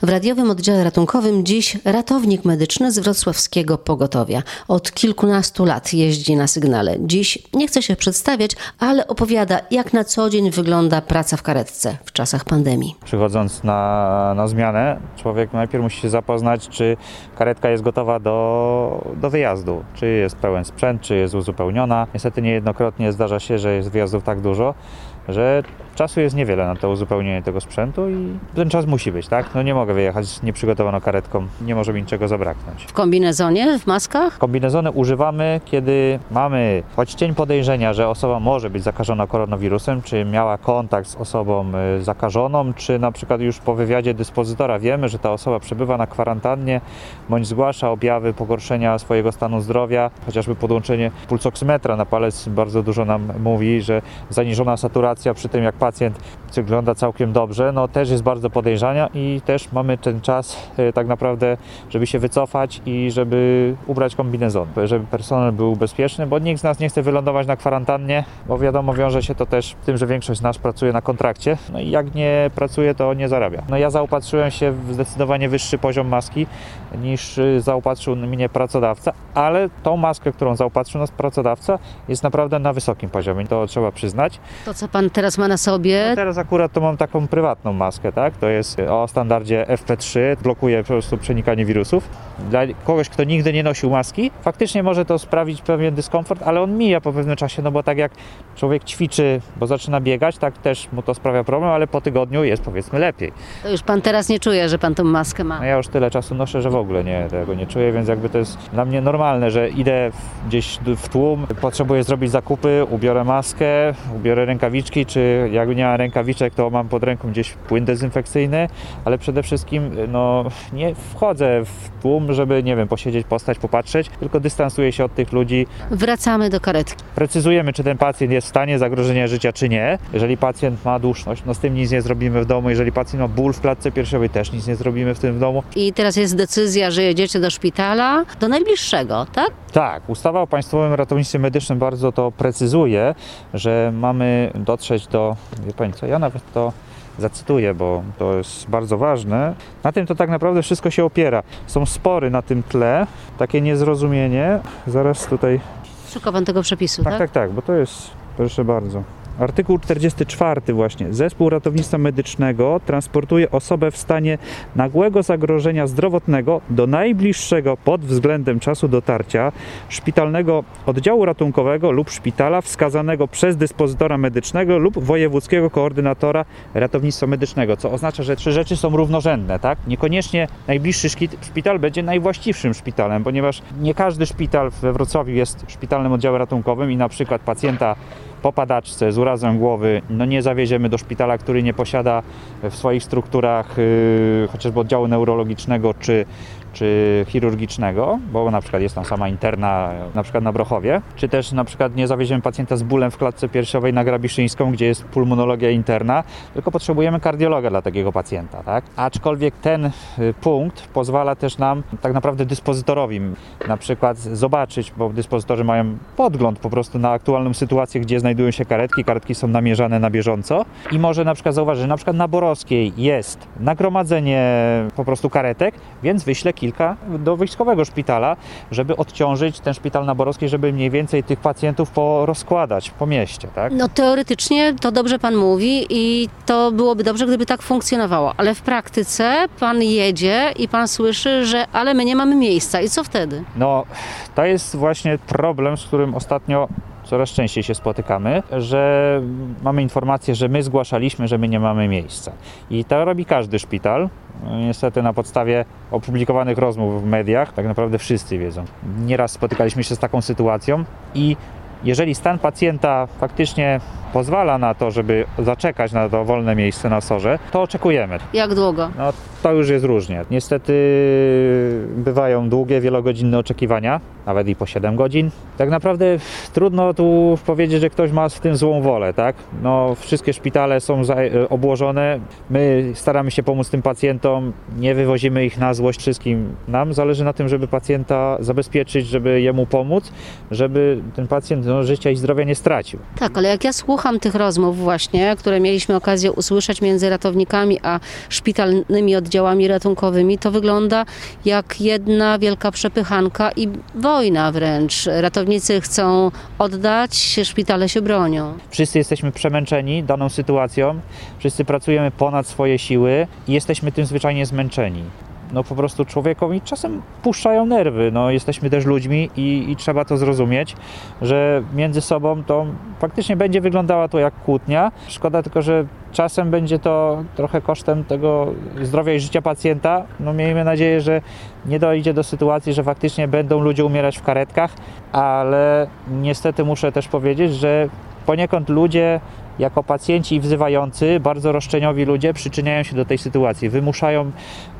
W radiowym oddziale ratunkowym dziś ratownik medyczny z wrocławskiego pogotowia. Od kilkunastu lat jeździ na sygnale. Dziś nie chce się przedstawiać, ale opowiada, jak na co dzień wygląda praca w karetce w czasach pandemii. Przychodząc na zmianę, człowiek najpierw musi się zapoznać, czy karetka jest gotowa do wyjazdu, czy jest pełen sprzęt, czy jest uzupełniona. Niestety niejednokrotnie zdarza się, że jest wyjazdów tak dużo, że czasu jest niewiele na to uzupełnienie tego sprzętu i ten czas musi być, tak? No nie mogę wyjechać nieprzygotowaną karetką, nie może mi niczego zabraknąć. W kombinezonie, w maskach? Kombinezony używamy, kiedy mamy choć cień podejrzenia, że osoba może być zakażona koronawirusem, czy miała kontakt z osobą zakażoną, czy na przykład już po wywiadzie dyspozytora wiemy, że ta osoba przebywa na kwarantannie, bądź zgłasza objawy pogorszenia swojego stanu zdrowia, chociażby podłączenie pulsoksymetra na palec bardzo dużo nam mówi, że zaniżona saturacja przy tym, jak pacjent wygląda całkiem dobrze, no też jest bardzo podejrzana i też mamy ten czas tak naprawdę, żeby się wycofać i żeby ubrać kombinezon, żeby personel był bezpieczny, bo nikt z nas nie chce wylądować na kwarantannie, bo wiadomo, wiąże się to też z tym, że większość z nas pracuje na kontrakcie, no i jak nie pracuje, to nie zarabia. No ja zaopatrzyłem się w zdecydowanie wyższy poziom maski niż zaopatrzył mnie pracodawca, ale tą maskę, którą zaopatrzył nas pracodawca, jest naprawdę na wysokim poziomie, to trzeba przyznać. To, co pan teraz ma na sobie? No teraz akurat to mam taką prywatną maskę, tak? To jest o standardzie FP3, blokuje po prostu przenikanie wirusów. Dla kogoś, kto nigdy nie nosił maski, faktycznie może to sprawić pewien dyskomfort, ale on mija po pewnym czasie, no bo tak jak człowiek ćwiczy, bo zaczyna biegać, tak też mu to sprawia problem, ale po tygodniu jest, powiedzmy, lepiej. To już pan teraz nie czuje, że pan tą maskę ma? No ja już tyle czasu noszę, że w ogóle tego nie czuję, więc jakby to jest dla mnie normalne, że idę gdzieś w tłum, potrzebuję zrobić zakupy, ubiorę maskę, ubiorę rękawiczki, czy jakby nie mam rękawiczek, to mam pod ręką gdzieś płyn dezynfekcyjny, ale przede wszystkim no, nie wchodzę w tłum, żeby, nie wiem, posiedzieć, postać, popatrzeć, tylko dystansuję się od tych ludzi. Wracamy do karetki. Precyzujemy, czy ten pacjent jest w stanie zagrożenia życia, czy nie. Jeżeli pacjent ma duszność, no z tym nic nie zrobimy w domu. Jeżeli pacjent ma ból w klatce piersiowej, też nic nie zrobimy w tym w domu. I teraz jest decyzja, że jedziecie do szpitala, do najbliższego, tak? Tak, ustawa o Państwowym Ratownictwie Medycznym bardzo to precyzuje, że mamy dotrzeć do, wie Pani co, ja nawet to zacytuję, bo to jest bardzo ważne. Na tym to tak naprawdę wszystko się opiera. Są spory na tym tle, takie niezrozumienie. Zaraz tutaj... Szuka pan tego przepisu, tak? Tak, bo to jest, proszę bardzo. Artykuł 44 właśnie. Zespół ratownictwa medycznego transportuje osobę w stanie nagłego zagrożenia zdrowotnego do najbliższego pod względem czasu dotarcia szpitalnego oddziału ratunkowego lub szpitala wskazanego przez dyspozytora medycznego lub wojewódzkiego koordynatora ratownictwa medycznego, co oznacza, że trzy rzeczy są równorzędne, tak? Niekoniecznie najbliższy szpital będzie najwłaściwszym szpitalem, ponieważ nie każdy szpital we Wrocławiu jest szpitalnym oddziałem ratunkowym i na przykład pacjenta po padaczce z urazem głowy no nie zawieziemy do szpitala, który nie posiada w swoich strukturach chociażby oddziału neurologicznego czy chirurgicznego, bo na przykład jest tam sama interna, na przykład na Brochowie, czy też na przykład nie zawieziemy pacjenta z bólem w klatce piersiowej na Grabiszyńską, gdzie jest pulmonologia interna, tylko potrzebujemy kardiologa dla takiego pacjenta, tak? Aczkolwiek ten punkt pozwala też nam tak naprawdę dyspozytorowi na przykład zobaczyć, bo dyspozytorzy mają podgląd po prostu na aktualną sytuację, gdzie znajdują się karetki są namierzane na bieżąco i może na przykład zauważyć, że na przykład na Borowskiej jest nagromadzenie po prostu karetek, więc wyślę kilka do wojskowego szpitala, żeby odciążyć ten szpital na Borowskiej, żeby mniej więcej tych pacjentów porozkładać po mieście, tak? No teoretycznie to dobrze pan mówi i to byłoby dobrze, gdyby tak funkcjonowało, ale w praktyce pan jedzie i pan słyszy, że ale my nie mamy miejsca i co wtedy? No, to jest właśnie problem, z którym ostatnio coraz częściej się spotykamy, że mamy informację, że my zgłaszaliśmy, że my nie mamy miejsca. I to robi każdy szpital. Niestety na podstawie opublikowanych rozmów w mediach tak naprawdę wszyscy wiedzą. Nieraz spotykaliśmy się z taką sytuacją i jeżeli stan pacjenta faktycznie pozwala na to, żeby zaczekać na to wolne miejsce na SOR-ze, to oczekujemy. Jak długo? No to już jest różnie. Niestety bywają długie, wielogodzinne oczekiwania, nawet i po 7 godzin. Tak naprawdę trudno tu powiedzieć, że ktoś ma w tym złą wolę, tak? No wszystkie szpitale są obłożone. My staramy się pomóc tym pacjentom, nie wywozimy ich na złość wszystkim. Nam zależy na tym, żeby pacjenta zabezpieczyć, żeby jemu pomóc, żeby ten pacjent no, życia i zdrowia nie stracił. Tak, ale jak ja słucham tych rozmów właśnie, które mieliśmy okazję usłyszeć między ratownikami a szpitalnymi oddziałami ratunkowymi, to wygląda jak jedna wielka przepychanka i wojna wręcz. Ratownicy chcą oddać, szpitale się bronią. Wszyscy jesteśmy przemęczeni daną sytuacją, wszyscy pracujemy ponad swoje siły i jesteśmy tym zwyczajnie zmęczeni. No po prostu człowiekowi czasem puszczają nerwy, no jesteśmy też ludźmi i trzeba to zrozumieć, że między sobą to faktycznie będzie wyglądała to jak kłótnia. Szkoda tylko, że czasem będzie to trochę kosztem tego zdrowia i życia pacjenta. No miejmy nadzieję, że nie dojdzie do sytuacji, że faktycznie będą ludzie umierać w karetkach, ale niestety muszę też powiedzieć, że poniekąd ludzie jako pacjenci i wzywający, bardzo roszczeniowi ludzie przyczyniają się do tej sytuacji. Wymuszają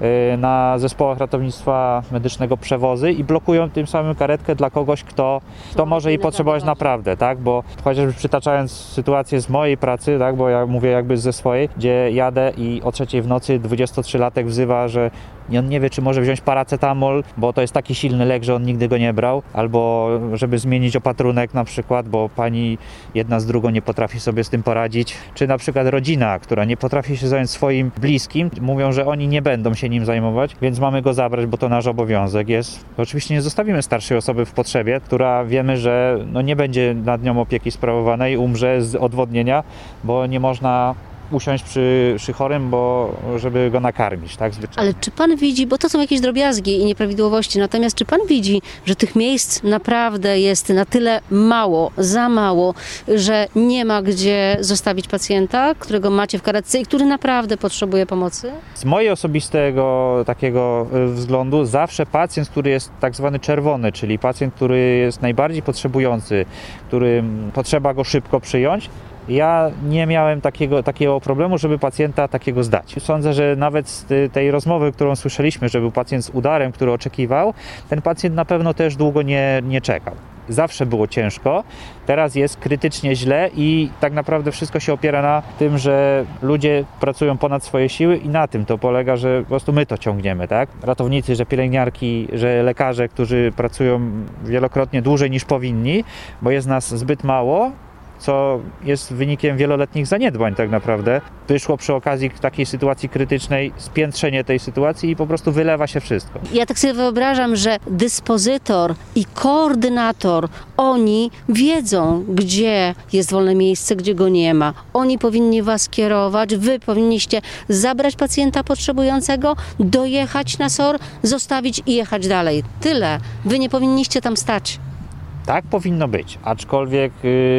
na zespołach ratownictwa medycznego przewozy i blokują tym samym karetkę dla kogoś, kto może jej potrzebować naprawdę, tak? Bo chociażby przytaczając sytuację z mojej pracy, tak? Bo ja mówię jakby ze swojej, gdzie jadę i o 3:00 w nocy 23-latek wzywa, że on nie wie, czy może wziąć paracetamol, bo to jest taki silny lek, że on nigdy go nie brał, albo żeby zmienić opatrunek na przykład, bo pani jedna z drugą nie potrafi sobie z tym poradzić, czy na przykład rodzina, która nie potrafi się zająć swoim bliskim, mówią, że oni nie będą się nim zajmować, więc mamy go zabrać, bo to nasz obowiązek jest. Oczywiście nie zostawimy starszej osoby w potrzebie, która wiemy, że no nie będzie nad nią opieki sprawowanej, umrze z odwodnienia, bo nie można usiąść przy chorym, bo żeby go nakarmić, tak? Zwyczajnie. Ale czy pan widzi, bo to są jakieś drobiazgi i nieprawidłowości, natomiast czy pan widzi, że tych miejsc naprawdę jest na tyle mało, za mało, że nie ma gdzie zostawić pacjenta, którego macie w karetce i który naprawdę potrzebuje pomocy? Z mojego osobistego takiego względu zawsze pacjent, który jest tak zwany czerwony, czyli pacjent, który jest najbardziej potrzebujący, którym potrzeba go szybko przyjąć, ja nie miałem takiego problemu, żeby pacjenta takiego zdać. Sądzę, że nawet z tej rozmowy, którą słyszeliśmy, że był pacjent z udarem, który oczekiwał, ten pacjent na pewno też długo nie czekał. Zawsze było ciężko, teraz jest krytycznie źle i tak naprawdę wszystko się opiera na tym, że ludzie pracują ponad swoje siły i na tym to polega, że po prostu my to ciągniemy, tak? Ratownicy, że pielęgniarki, że lekarze, którzy pracują wielokrotnie dłużej niż powinni, bo jest nas zbyt mało, co jest wynikiem wieloletnich zaniedbań tak naprawdę. Wyszło przy okazji takiej sytuacji krytycznej spiętrzenie tej sytuacji i po prostu wylewa się wszystko. Ja tak sobie wyobrażam, że dyspozytor i koordynator, oni wiedzą, gdzie jest wolne miejsce, gdzie go nie ma. Oni powinni was kierować, wy powinniście zabrać pacjenta potrzebującego, dojechać na SOR, zostawić i jechać dalej. Tyle. Wy nie powinniście tam stać. Tak powinno być, aczkolwiek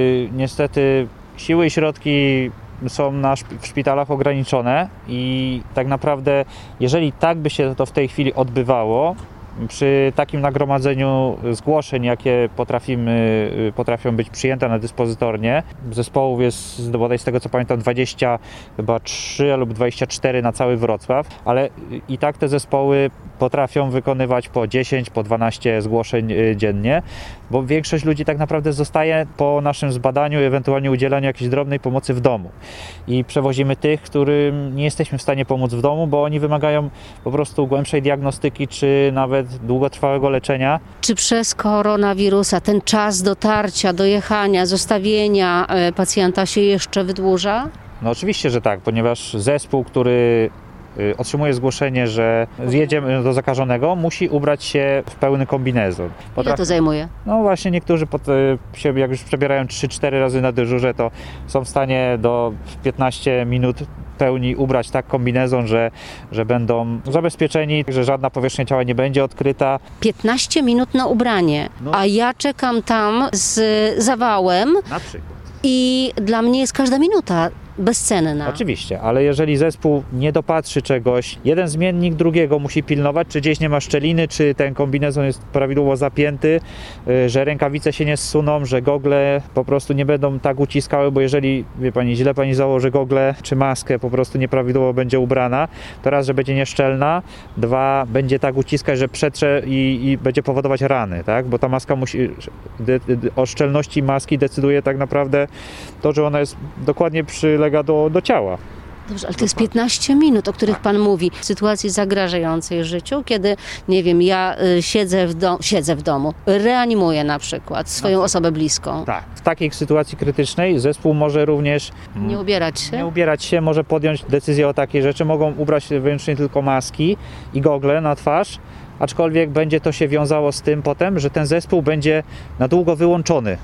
niestety siły i środki są w szpitalach ograniczone i tak naprawdę jeżeli tak by się to w tej chwili odbywało, przy takim nagromadzeniu zgłoszeń, jakie potrafią być przyjęte na dyspozytornie, zespołów jest bodaj z tego co pamiętam 23 lub 24 na cały Wrocław, ale i tak te zespoły potrafią wykonywać po 10, po 12 zgłoszeń dziennie, bo większość ludzi tak naprawdę zostaje po naszym zbadaniu, ewentualnie udzielaniu jakiejś drobnej pomocy w domu. I przewozimy tych, którym nie jesteśmy w stanie pomóc w domu, bo oni wymagają po prostu głębszej diagnostyki, czy nawet długotrwałego leczenia. Czy przez koronawirusa ten czas dotarcia, dojechania, zostawienia pacjenta się jeszcze wydłuża? No oczywiście, że tak, ponieważ zespół, który otrzymuje zgłoszenie, że zjedziemy do zakażonego, musi ubrać się w pełny kombinezon. Ile to zajmuje? No właśnie niektórzy jak już przebierają 3-4 razy na dyżurze, to są w stanie w 15 minut pełni ubrać tak kombinezon, że będą zabezpieczeni, że żadna powierzchnia ciała nie będzie odkryta. 15 minut na ubranie, a ja czekam tam z zawałem. Na przykład. I dla mnie jest każda minuta bezcenna. Oczywiście, ale jeżeli zespół nie dopatrzy czegoś, jeden zmiennik drugiego musi pilnować, czy gdzieś nie ma szczeliny, czy ten kombinezon jest prawidłowo zapięty, że rękawice się nie zsuną, że gogle po prostu nie będą tak uciskały, bo jeżeli, wie pani, źle pani założy gogle, czy maskę po prostu nieprawidłowo będzie ubrana, to raz, że będzie nieszczelna, dwa, będzie tak uciskać, że przetrze i będzie powodować rany, tak? Bo ta maska o szczelności maski decyduje tak naprawdę to, że ona jest dokładnie przylega do ciała. Dobrze, ale to jest 15 minut, o których pan mówi. W sytuacji zagrażającej życiu, kiedy, nie wiem, ja siedzę w domu, reanimuję na przykład swoją osobę bliską. Tak. W takiej sytuacji krytycznej zespół może również Nie ubierać się? może podjąć decyzję o takiej rzeczy. Mogą ubrać wyłącznie tylko maski i gogle na twarz, aczkolwiek będzie to się wiązało z tym potem, że ten zespół będzie na długo wyłączony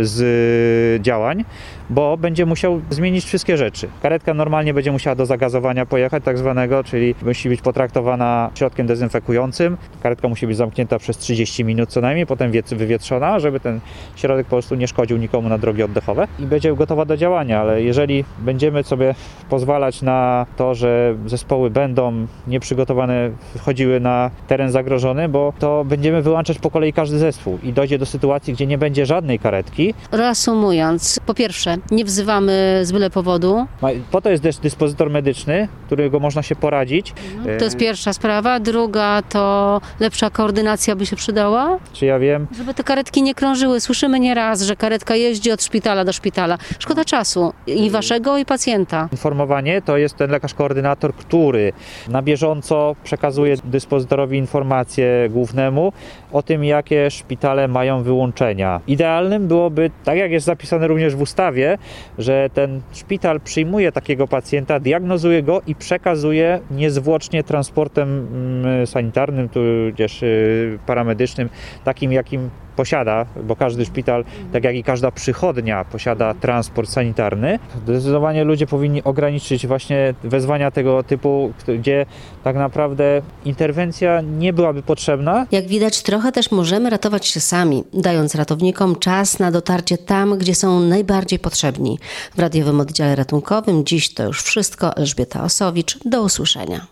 z działań, bo będzie musiał zmienić wszystkie rzeczy. Karetka normalnie będzie musiała do zagazowania pojechać, tak zwanego, czyli musi być potraktowana środkiem dezynfekującym. Karetka musi być zamknięta przez 30 minut co najmniej, potem wywietrzona, żeby ten środek po prostu nie szkodził nikomu na drogi oddechowe i będzie gotowa do działania, ale jeżeli będziemy sobie pozwalać na to, że zespoły będą nieprzygotowane, wchodziły na teren zagrożony, bo to będziemy wyłączać po kolei każdy zespół i dojdzie do sytuacji, gdzie nie będzie żadnej karetki. Reasumując, po pierwsze, nie wzywamy z byle powodu. Po to jest też dyspozytor medyczny, którego można się poradzić. To jest pierwsza sprawa. Druga to lepsza koordynacja by się przydała. Czy ja wiem? Żeby te karetki nie krążyły. Słyszymy nieraz, że karetka jeździ od szpitala do szpitala. Szkoda czasu i waszego, i pacjenta. Informowanie to jest ten lekarz koordynator, który na bieżąco przekazuje dyspozytorowi informację głównemu o tym, jakie szpitale mają wyłączenia. Idealnym byłoby, tak jak jest zapisane również w ustawie, że ten szpital przyjmuje takiego pacjenta, diagnozuje go i przekazuje niezwłocznie transportem sanitarnym, tudzież paramedycznym, takim jakim posiada, bo każdy szpital, tak jak i każda przychodnia, posiada transport sanitarny. Zdecydowanie ludzie powinni ograniczyć właśnie wezwania tego typu, gdzie tak naprawdę interwencja nie byłaby potrzebna. Jak widać, trochę też możemy ratować się sami, dając ratownikom czas na dotarcie tam, gdzie są najbardziej potrzebni. W radiowym oddziale ratunkowym dziś to już wszystko. Elżbieta Osowicz, do usłyszenia.